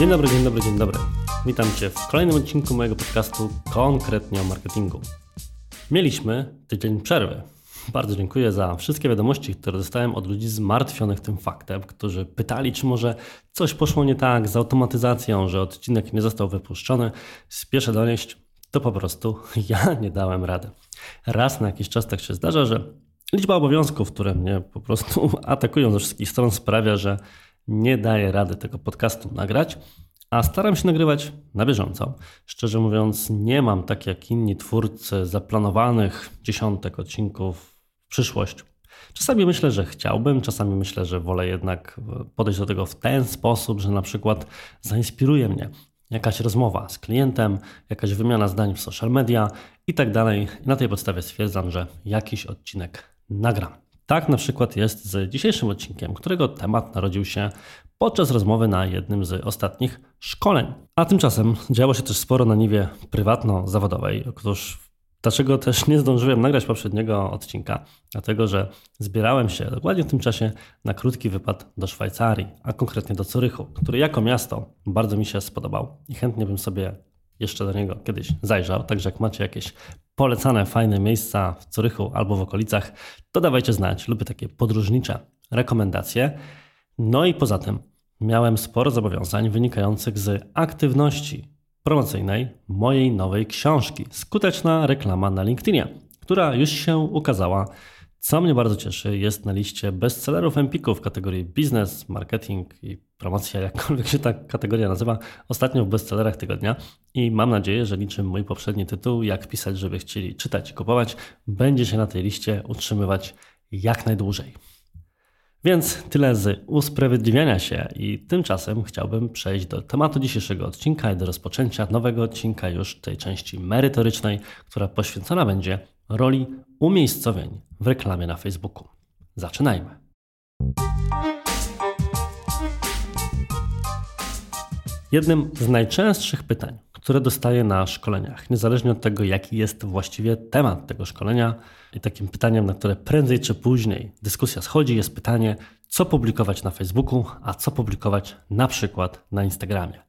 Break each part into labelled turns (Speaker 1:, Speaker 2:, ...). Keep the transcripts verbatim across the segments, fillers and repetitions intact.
Speaker 1: Dzień dobry, dzień dobry, dzień dobry. Witam Cię w kolejnym odcinku mojego podcastu konkretnie o marketingu. Mieliśmy tydzień przerwy. Bardzo dziękuję za wszystkie wiadomości, które dostałem od ludzi zmartwionych tym faktem, którzy pytali, czy może coś poszło nie tak z automatyzacją, że odcinek nie został wypuszczony. Spieszę donieść, to po prostu ja nie dałem rady. Raz na jakiś czas tak się zdarza, że liczba obowiązków, które mnie po prostu atakują ze wszystkich stron, sprawia, że nie daję rady tego podcastu nagrać, a staram się nagrywać na bieżąco. Szczerze mówiąc, nie mam tak jak inni twórcy zaplanowanych dziesiątek odcinków w przyszłość. Czasami myślę, że chciałbym, czasami myślę, że wolę jednak podejść do tego w ten sposób, że na przykład zainspiruje mnie jakaś rozmowa z klientem, jakaś wymiana zdań w social media i tak dalej. I na tej podstawie stwierdzam, że jakiś odcinek nagram. Tak na przykład jest z dzisiejszym odcinkiem, którego temat narodził się podczas rozmowy na jednym z ostatnich szkoleń. A tymczasem działo się też sporo na niwie prywatno-zawodowej. Otóż dlaczego też nie zdążyłem nagrać poprzedniego odcinka? Dlatego, że zbierałem się dokładnie w tym czasie na krótki wypad do Szwajcarii, a konkretnie do Zurychu, który jako miasto bardzo mi się spodobał i chętnie bym sobie jeszcze do niego kiedyś zajrzał. Także jak macie jakieś polecane, fajne miejsca w Zurychu albo w okolicach, to dawajcie znać. Lubię takie podróżnicze rekomendacje. No i poza tym miałem sporo zobowiązań wynikających z aktywności promocyjnej mojej nowej książki Skuteczna reklama na LinkedInie, która już się ukazała. Co mnie bardzo cieszy, jest na liście bestsellerów Empiku w kategorii biznes, marketing i promocja, jakkolwiek się ta kategoria nazywa, ostatnio w bestsellerach tygodnia i mam nadzieję, że niczym mój poprzedni tytuł, jak pisać, żeby chcieli czytać i kupować, będzie się na tej liście utrzymywać jak najdłużej. Więc tyle z usprawiedliwiania się i tymczasem chciałbym przejść do tematu dzisiejszego odcinka i do rozpoczęcia nowego odcinka już tej części merytorycznej, która poświęcona będzie roli umiejscowień w reklamie na Facebooku. Zaczynajmy. Jednym z najczęstszych pytań, które dostaję na szkoleniach, niezależnie od tego, jaki jest właściwie temat tego szkolenia, i takim pytaniem, na które prędzej czy później dyskusja schodzi, jest pytanie, co publikować na Facebooku, a co publikować na przykład na Instagramie.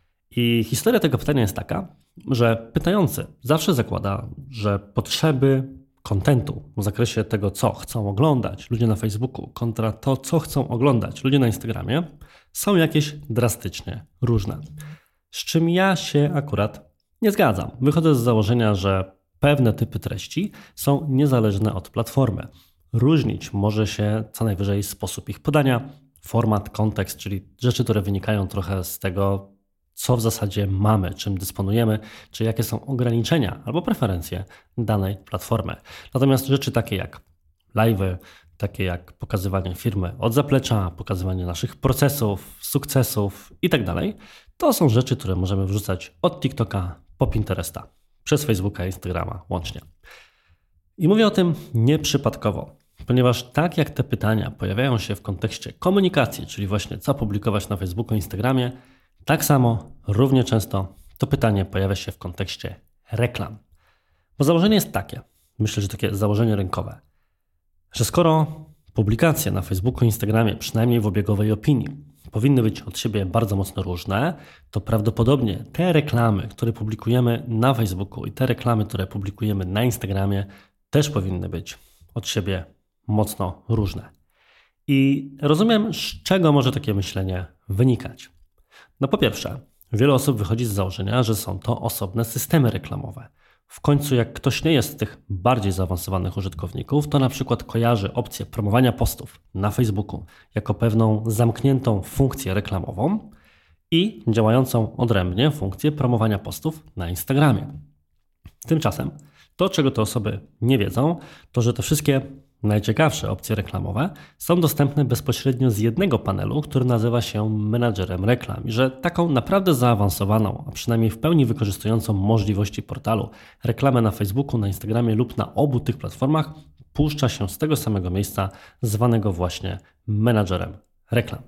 Speaker 1: I historia tego pytania jest taka, że pytający zawsze zakłada, że potrzeby kontentu w zakresie tego, co chcą oglądać ludzie na Facebooku kontra to, co chcą oglądać ludzie na Instagramie, są jakieś drastycznie różne. Z czym ja się akurat nie zgadzam. Wychodzę z założenia, że pewne typy treści są niezależne od platformy. Różnić może się co najwyżej sposób ich podania, format, kontekst, czyli rzeczy, które wynikają trochę z tego, co w zasadzie mamy, czym dysponujemy, czy jakie są ograniczenia albo preferencje danej platformy. Natomiast rzeczy takie jak live'y, takie jak pokazywanie firmy od zaplecza, pokazywanie naszych procesów, sukcesów itd., to są rzeczy, które możemy wrzucać od TikToka po Pinteresta, przez Facebooka i Instagrama łącznie. I mówię o tym nieprzypadkowo, ponieważ tak jak te pytania pojawiają się w kontekście komunikacji, czyli właśnie co publikować na Facebooku i Instagramie, tak samo równie często to pytanie pojawia się w kontekście reklam. Bo założenie jest takie, myślę, że takie założenie rynkowe, że skoro publikacje na Facebooku i Instagramie, przynajmniej w obiegowej opinii, powinny być od siebie bardzo mocno różne, to prawdopodobnie te reklamy, które publikujemy na Facebooku i te reklamy, które publikujemy na Instagramie, też powinny być od siebie mocno różne. I rozumiem, z czego może takie myślenie wynikać. No po pierwsze, wiele osób wychodzi z założenia, że są to osobne systemy reklamowe. W końcu jak ktoś nie jest z tych bardziej zaawansowanych użytkowników, to na przykład kojarzy opcję promowania postów na Facebooku jako pewną zamkniętą funkcję reklamową i działającą odrębnie funkcję promowania postów na Instagramie. Tymczasem to, czego te osoby nie wiedzą, to że te wszystkie najciekawsze opcje reklamowe są dostępne bezpośrednio z jednego panelu, który nazywa się menadżerem reklam i że taką naprawdę zaawansowaną, a przynajmniej w pełni wykorzystującą możliwości portalu reklamę na Facebooku, na Instagramie lub na obu tych platformach puszcza się z tego samego miejsca zwanego właśnie menadżerem reklam.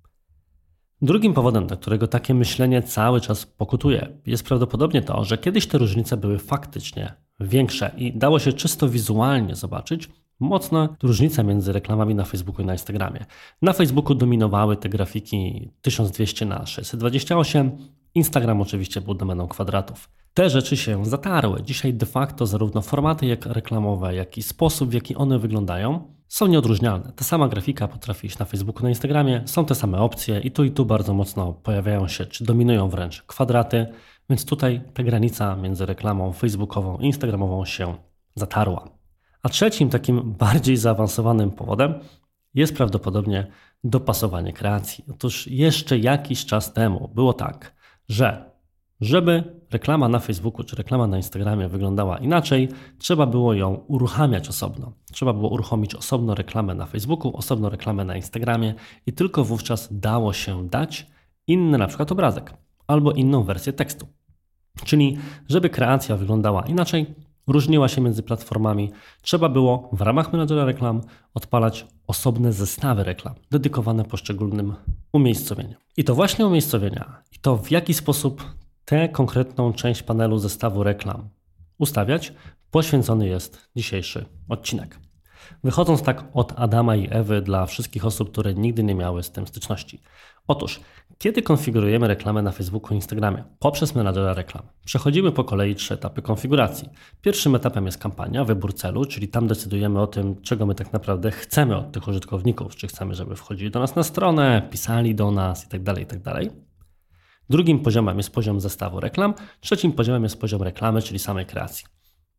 Speaker 1: Drugim powodem, dla którego takie myślenie cały czas pokutuje, jest prawdopodobnie to, że kiedyś te różnice były faktycznie większe i dało się czysto wizualnie zobaczyć, mocna różnica między reklamami na Facebooku i na Instagramie. Na Facebooku dominowały te grafiki tysiąc dwieście na sześćset dwadzieścia osiem, Instagram oczywiście był domeną kwadratów. Te rzeczy się zatarły. Dzisiaj de facto zarówno formaty jak reklamowe, jak i sposób, w jaki one wyglądają, są nieodróżnialne. Ta sama grafika potrafi iść na Facebooku, na Instagramie, są te same opcje i tu i tu bardzo mocno pojawiają się, czy dominują wręcz kwadraty, więc tutaj ta granica między reklamą facebookową i instagramową się zatarła. A trzecim takim bardziej zaawansowanym powodem jest prawdopodobnie dopasowanie kreacji. Otóż jeszcze jakiś czas temu było tak, że żeby reklama na Facebooku czy reklama na Instagramie wyglądała inaczej, trzeba było ją uruchamiać osobno. Trzeba było uruchomić osobno reklamę na Facebooku, osobno reklamę na Instagramie i tylko wówczas dało się dać inny na przykład obrazek albo inną wersję tekstu. Czyli żeby kreacja wyglądała inaczej, różniła się między platformami, trzeba było w ramach menadżera reklam odpalać osobne zestawy reklam dedykowane poszczególnym umiejscowieniom. I to właśnie umiejscowienia i to w jaki sposób tę konkretną część panelu zestawu reklam ustawiać, poświęcony jest dzisiejszy odcinek. Wychodząc tak od Adama i Ewy dla wszystkich osób, które nigdy nie miały z tym styczności. Otóż, kiedy konfigurujemy reklamę na Facebooku i Instagramie poprzez menadżera reklam, przechodzimy po kolei trzy etapy konfiguracji. Pierwszym etapem jest kampania, wybór celu, czyli tam decydujemy o tym, czego my tak naprawdę chcemy od tych użytkowników, czy chcemy, żeby wchodzili do nas na stronę, pisali do nas itd., itd. Drugim poziomem jest poziom zestawu reklam, trzecim poziomem jest poziom reklamy, czyli samej kreacji.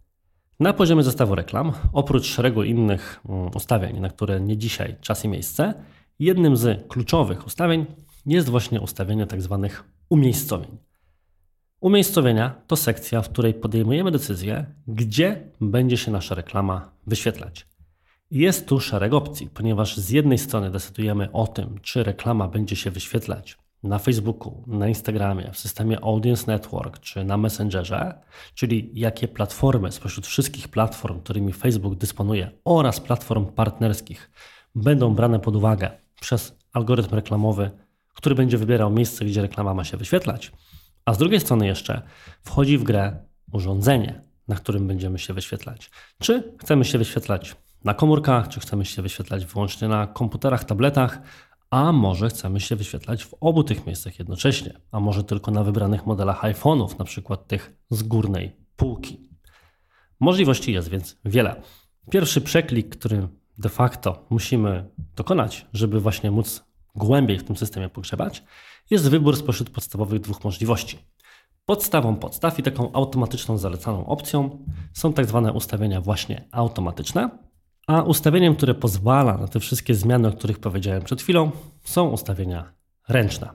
Speaker 1: Na poziomie zestawu reklam, oprócz szeregu innych ustawień, na które nie dzisiaj czas i miejsce, jednym z kluczowych ustawień jest właśnie ustawienie tzw. umiejscowień. Umiejscowienia to sekcja, w której podejmujemy decyzję, gdzie będzie się nasza reklama wyświetlać. Jest tu szereg opcji, ponieważ z jednej strony decydujemy o tym, czy reklama będzie się wyświetlać na Facebooku, na Instagramie, w systemie Audience Network czy na Messengerze, czyli jakie platformy spośród wszystkich platform, którymi Facebook dysponuje oraz platform partnerskich będą brane pod uwagę przez algorytm reklamowy, który będzie wybierał miejsce, gdzie reklama ma się wyświetlać. A z drugiej strony jeszcze wchodzi w grę urządzenie, na którym będziemy się wyświetlać. Czy chcemy się wyświetlać na komórkach, czy chcemy się wyświetlać wyłącznie na komputerach, tabletach, a może chcemy się wyświetlać w obu tych miejscach jednocześnie, a może tylko na wybranych modelach iPhone'ów, na przykład tych z górnej półki. Możliwości jest więc wiele. Pierwszy przeklik, który de facto musimy dokonać, żeby właśnie móc głębiej w tym systemie pogrzebać, jest wybór spośród podstawowych dwóch możliwości. Podstawą podstaw i taką automatyczną zalecaną opcją są tak zwane ustawienia właśnie automatyczne, a ustawieniem, które pozwala na te wszystkie zmiany, o których powiedziałem przed chwilą, są ustawienia ręczne.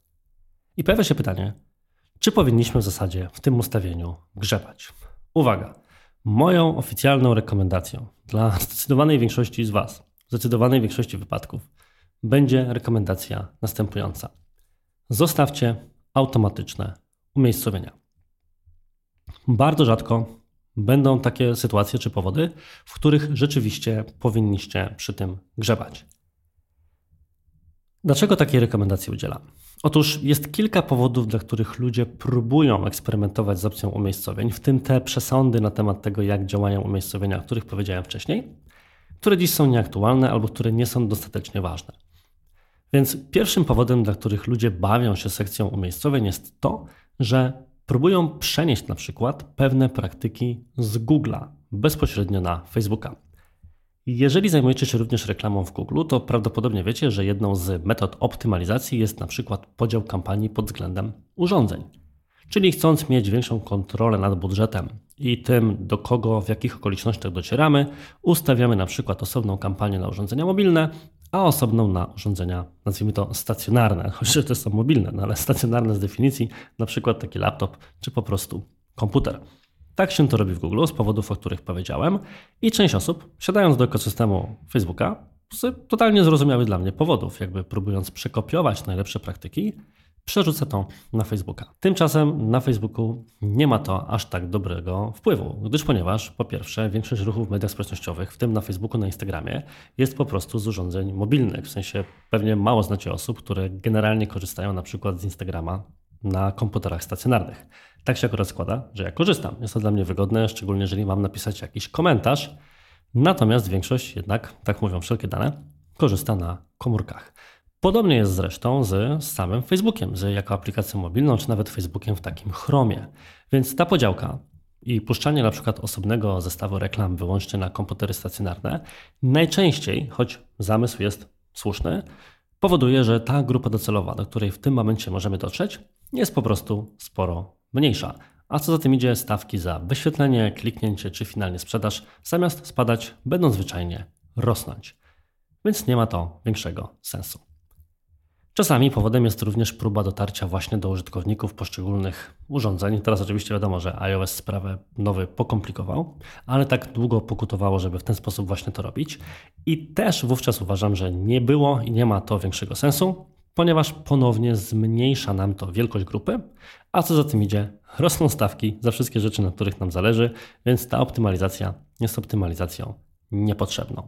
Speaker 1: I pojawia się pytanie, czy powinniśmy w zasadzie w tym ustawieniu grzebać? Uwaga! Moją oficjalną rekomendacją dla zdecydowanej większości z Was, w zdecydowanej większości wypadków, będzie rekomendacja następująca. Zostawcie automatyczne umiejscowienia. Bardzo rzadko będą takie sytuacje czy powody, w których rzeczywiście powinniście przy tym grzebać. Dlaczego takiej rekomendacji udzielam? Otóż jest kilka powodów, dla których ludzie próbują eksperymentować z opcją umiejscowień, w tym te przesądy na temat tego, jak działają umiejscowienia, o których powiedziałem wcześniej, które dziś są nieaktualne albo które nie są dostatecznie ważne. Więc pierwszym powodem, dla których ludzie bawią się sekcją umiejscowień, jest to, że próbują przenieść na przykład pewne praktyki z Google'a bezpośrednio na Facebooka. Jeżeli zajmujecie się również reklamą w Google, to prawdopodobnie wiecie, że jedną z metod optymalizacji jest na przykład podział kampanii pod względem urządzeń. Czyli chcąc mieć większą kontrolę nad budżetem i tym, do kogo, w jakich okolicznościach docieramy, ustawiamy na przykład osobną kampanię na urządzenia mobilne, a osobną na urządzenia, nazwijmy to stacjonarne, chociaż to są mobilne, no ale stacjonarne z definicji, na przykład taki laptop czy po prostu komputer. Tak się to robi w Google z powodów, o których powiedziałem i część osób, siadając do ekosystemu Facebooka, z totalnie zrozumiałych dla mnie powodów, jakby próbując przekopiować najlepsze praktyki, przerzuca to na Facebooka. Tymczasem na Facebooku nie ma to aż tak dobrego wpływu, gdyż ponieważ po pierwsze większość ruchów w mediach społecznościowych, w tym na Facebooku, na Instagramie, jest po prostu z urządzeń mobilnych. W sensie pewnie mało znacie osób, które generalnie korzystają na przykład z Instagrama na komputerach stacjonarnych. Tak się akurat składa, że ja korzystam. Jest to dla mnie wygodne, szczególnie jeżeli mam napisać jakiś komentarz Natomiast większość jednak, tak mówią wszelkie dane, korzysta na komórkach. Podobnie jest zresztą z samym Facebookiem, z jako aplikacją mobilną, czy nawet Facebookiem w takim Chromie. Więc ta podziałka i puszczanie na przykład osobnego zestawu reklam wyłącznie na komputery stacjonarne najczęściej, choć zamysł jest słuszny, powoduje, że ta grupa docelowa, do której w tym momencie możemy dotrzeć, jest po prostu sporo mniejsza. A co za tym idzie, stawki za wyświetlenie, kliknięcie czy finalnie sprzedaż zamiast spadać będą zwyczajnie rosnąć. Więc nie ma to większego sensu. Czasami powodem jest również próba dotarcia właśnie do użytkowników poszczególnych urządzeń. Teraz oczywiście wiadomo, że iOS sprawę nowy pokomplikował, ale tak długo pokutowało, żeby w ten sposób właśnie to robić. I też wówczas uważam, że nie było i nie ma to większego sensu, ponieważ ponownie zmniejsza nam to wielkość grupy, a co za tym idzie, rosną stawki za wszystkie rzeczy, na których nam zależy, więc ta optymalizacja jest optymalizacją niepotrzebną.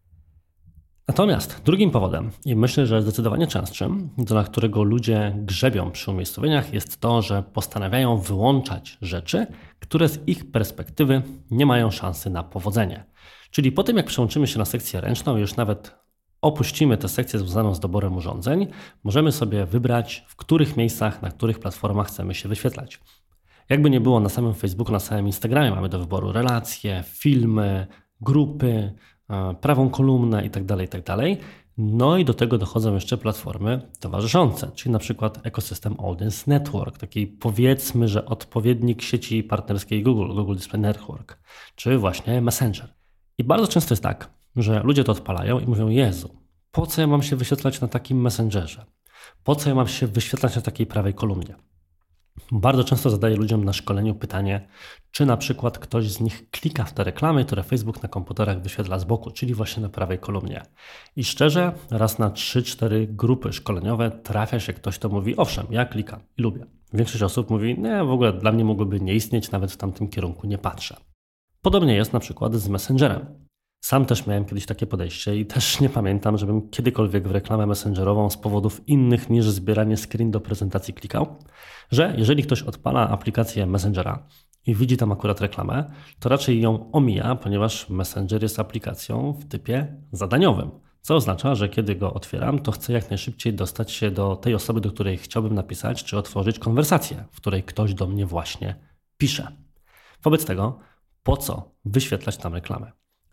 Speaker 1: Natomiast drugim powodem, i myślę, że zdecydowanie częstszym, dla którego ludzie grzebią przy umiejscowieniach, jest to, że postanawiają wyłączać rzeczy, które z ich perspektywy nie mają szansy na powodzenie. Czyli po tym, jak przełączymy się na sekcję ręczną, już nawet opuścimy tę sekcję związaną z doborem urządzeń, możemy sobie wybrać, w których miejscach, na których platformach chcemy się wyświetlać. Jakby nie było, na samym Facebooku, na samym Instagramie mamy do wyboru relacje, filmy, grupy, prawą kolumnę itd., itd. No i do tego dochodzą jeszcze platformy towarzyszące, czyli na przykład ekosystem Audience Network, taki powiedzmy, że odpowiednik sieci partnerskiej Google, Google Display Network, czy właśnie Messenger. I bardzo często jest tak, że ludzie to odpalają i mówią: Jezu, po co ja mam się wyświetlać na takim Messengerze? Po co ja mam się wyświetlać na takiej prawej kolumnie? Bardzo często zadaję ludziom na szkoleniu pytanie, czy na przykład ktoś z nich klika w te reklamy, które Facebook na komputerach wyświetla z boku, czyli właśnie na prawej kolumnie. I szczerze, raz na trzy cztery grupy szkoleniowe trafia się ktoś, kto mówi: owszem, ja klikam i lubię. Większość osób mówi: nie, w ogóle dla mnie mogłyby nie istnieć, nawet w tamtym kierunku nie patrzę. Podobnie jest na przykład z Messengerem. Sam też miałem kiedyś takie podejście i też nie pamiętam, żebym kiedykolwiek w reklamę messengerową z powodów innych niż zbieranie screen do prezentacji klikał, że jeżeli ktoś odpala aplikację Messengera i widzi tam akurat reklamę, to raczej ją omija, ponieważ Messenger jest aplikacją w typie zadaniowym, co oznacza, że kiedy go otwieram, to chcę jak najszybciej dostać się do tej osoby, do której chciałbym napisać, czy otworzyć konwersację, w której ktoś do mnie właśnie pisze. Wobec tego, po co wyświetlać tam reklamę?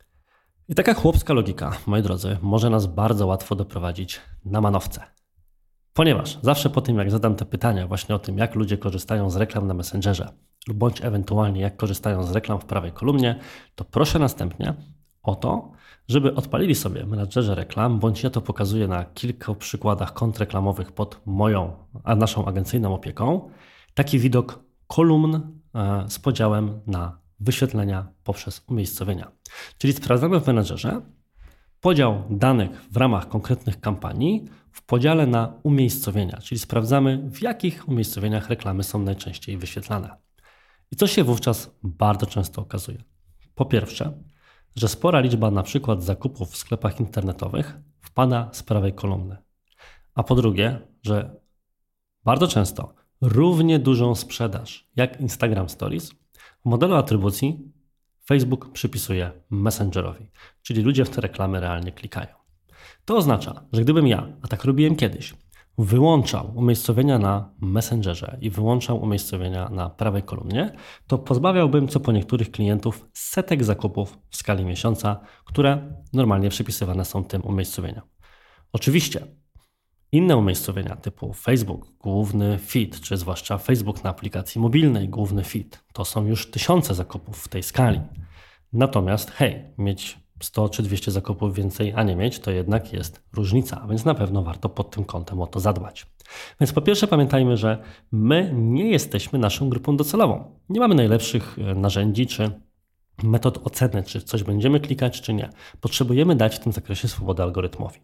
Speaker 1: I taka chłopska logika, moi drodzy, może nas bardzo łatwo doprowadzić na manowce. Ponieważ zawsze po tym, jak zadam te pytania właśnie o tym, jak ludzie korzystają z reklam na Messengerze, lub bądź ewentualnie jak korzystają z reklam w prawej kolumnie, to proszę następnie o to, żeby odpalili sobie w menadżerze reklam, bądź ja to pokazuję na kilku przykładach kont reklamowych pod moją, a naszą agencyjną opieką, taki widok kolumn z podziałem na wyświetlenia poprzez umiejscowienia. Czyli sprawdzamy w menadżerze podział danych w ramach konkretnych kampanii w podziale na umiejscowienia, czyli sprawdzamy, w jakich umiejscowieniach reklamy są najczęściej wyświetlane. I co się wówczas bardzo często okazuje? Po pierwsze, że spora liczba na przykład zakupów w sklepach internetowych wpada z prawej kolumny. A po drugie, że bardzo często równie dużą sprzedaż jak Instagram Stories w modelu atrybucji Facebook przypisuje Messengerowi, czyli ludzie w te reklamy realnie klikają. To oznacza, że gdybym ja, a tak robiłem kiedyś, wyłączał umiejscowienia na Messengerze i wyłączał umiejscowienia na prawej kolumnie, to pozbawiałbym co po niektórych klientów setek zakupów w skali miesiąca, które normalnie przypisywane są tym umiejscowieniom. Oczywiście inne umiejscowienia typu Facebook, główny feed, czy zwłaszcza Facebook na aplikacji mobilnej, główny feed, to są już tysiące zakupów w tej skali. Natomiast hej, mieć sto czy dwieście zakupów więcej, a nie mieć, to jednak jest różnica, więc na pewno warto pod tym kątem o to zadbać. Więc po pierwsze pamiętajmy, że my nie jesteśmy naszą grupą docelową. Nie mamy najlepszych narzędzi czy metod oceny, czy coś będziemy klikać, czy nie. Potrzebujemy dać w tym zakresie swobodę algorytmowi.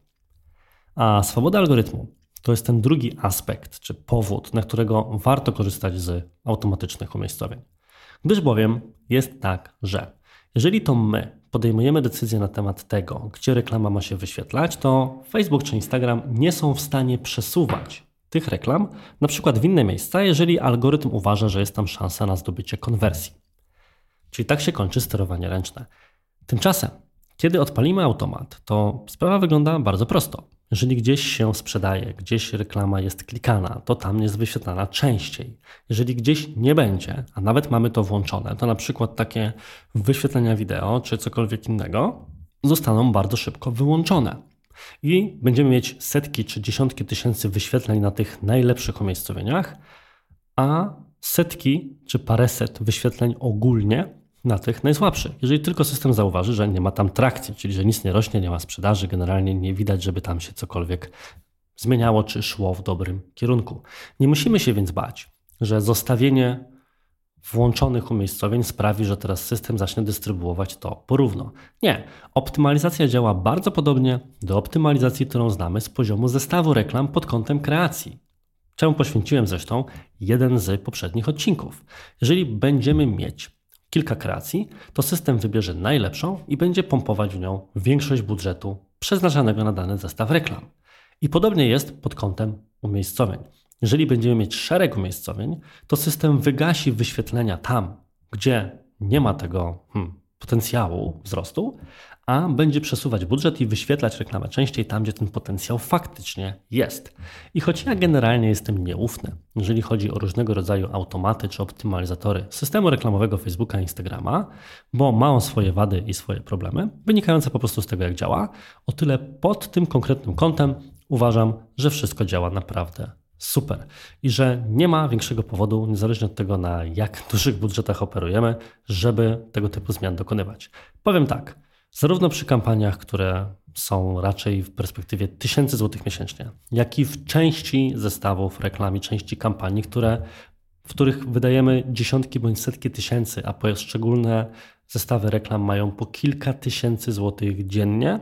Speaker 1: A swoboda algorytmu to jest ten drugi aspekt, czy powód, na którego warto korzystać z automatycznych umiejscowień. Gdyż bowiem jest tak, że jeżeli to my podejmujemy decyzję na temat tego, gdzie reklama ma się wyświetlać, to Facebook czy Instagram nie są w stanie przesuwać tych reklam na przykład w inne miejsca, jeżeli algorytm uważa, że jest tam szansa na zdobycie konwersji. Czyli tak się kończy sterowanie ręczne. Tymczasem, Kiedy odpalimy automat, to sprawa wygląda bardzo prosto. Jeżeli gdzieś się sprzedaje, gdzieś reklama jest klikana, to tam jest wyświetlana częściej. Jeżeli gdzieś nie będzie, a nawet mamy to włączone, to na przykład takie wyświetlenia wideo czy cokolwiek innego zostaną bardzo szybko wyłączone. I będziemy mieć setki czy dziesiątki tysięcy wyświetleń na tych najlepszych umiejscowieniach, a setki czy paręset wyświetleń ogólnie na tych najsłabszych. Jeżeli tylko system zauważy, że nie ma tam trakcji, czyli że nic nie rośnie, nie ma sprzedaży, generalnie nie widać, żeby tam się cokolwiek zmieniało czy szło w dobrym kierunku. Nie musimy się więc bać, że zostawienie włączonych umiejscowień sprawi, że teraz system zacznie dystrybuować to porówno. Nie. Optymalizacja działa bardzo podobnie do optymalizacji, którą znamy z poziomu zestawu reklam pod kątem kreacji. Czemu poświęciłem zresztą jeden z poprzednich odcinków. Jeżeli będziemy mieć kilka kreacji, to system wybierze najlepszą i będzie pompować w nią większość budżetu przeznaczonego na dany zestaw reklam. I podobnie jest pod kątem umiejscowień. Jeżeli będziemy mieć szereg umiejscowień, to system wygasi wyświetlenia tam, gdzie nie ma tego hmm, potencjału wzrostu, a będzie przesuwać budżet i wyświetlać reklamę częściej tam, gdzie ten potencjał faktycznie jest. I choć ja generalnie jestem nieufny, jeżeli chodzi o różnego rodzaju automaty czy optymalizatory systemu reklamowego Facebooka i Instagrama, bo ma on swoje wady i swoje problemy, wynikające po prostu z tego, jak działa, o tyle pod tym konkretnym kątem uważam, że wszystko działa naprawdę super i że nie ma większego powodu, niezależnie od tego, na jak dużych budżetach operujemy, żeby tego typu zmian dokonywać. Powiem tak, zarówno przy kampaniach, które są raczej w perspektywie tysięcy złotych miesięcznie, jak i w części zestawów reklam i części kampanii, które, w których wydajemy dziesiątki bądź setki tysięcy, a poszczególne zestawy reklam mają po kilka tysięcy złotych dziennie,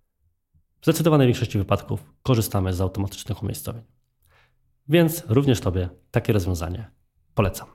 Speaker 1: w zdecydowanej większości wypadków korzystamy z automatycznych umiejscowień. Więc również Tobie takie rozwiązanie polecam.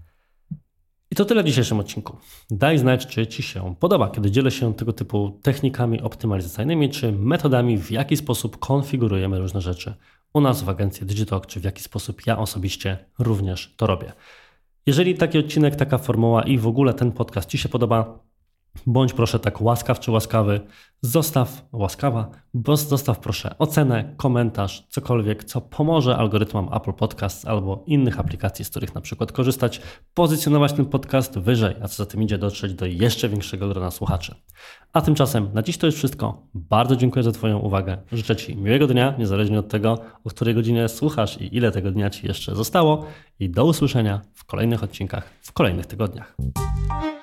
Speaker 1: I to tyle w dzisiejszym odcinku. Daj znać, czy Ci się podoba, kiedy dzielę się tego typu technikami optymalizacyjnymi, czy metodami, w jaki sposób konfigurujemy różne rzeczy u nas w agencji Digitalk, czy w jaki sposób ja osobiście również to robię. Jeżeli taki odcinek, taka formuła i w ogóle ten podcast Ci się podoba, bądź proszę tak łaskaw czy łaskawy, zostaw łaskawa, bo zostaw proszę ocenę, komentarz, cokolwiek, co pomoże algorytmom Apple Podcasts albo innych aplikacji, z których na przykład korzystać, pozycjonować ten podcast wyżej, a co za tym idzie dotrzeć do jeszcze większego grona słuchaczy. A tymczasem na dziś to już wszystko. Bardzo dziękuję za Twoją uwagę. Życzę Ci miłego dnia, niezależnie od tego, o której godzinie słuchasz i ile tego dnia Ci jeszcze zostało. I do usłyszenia w kolejnych odcinkach w kolejnych tygodniach.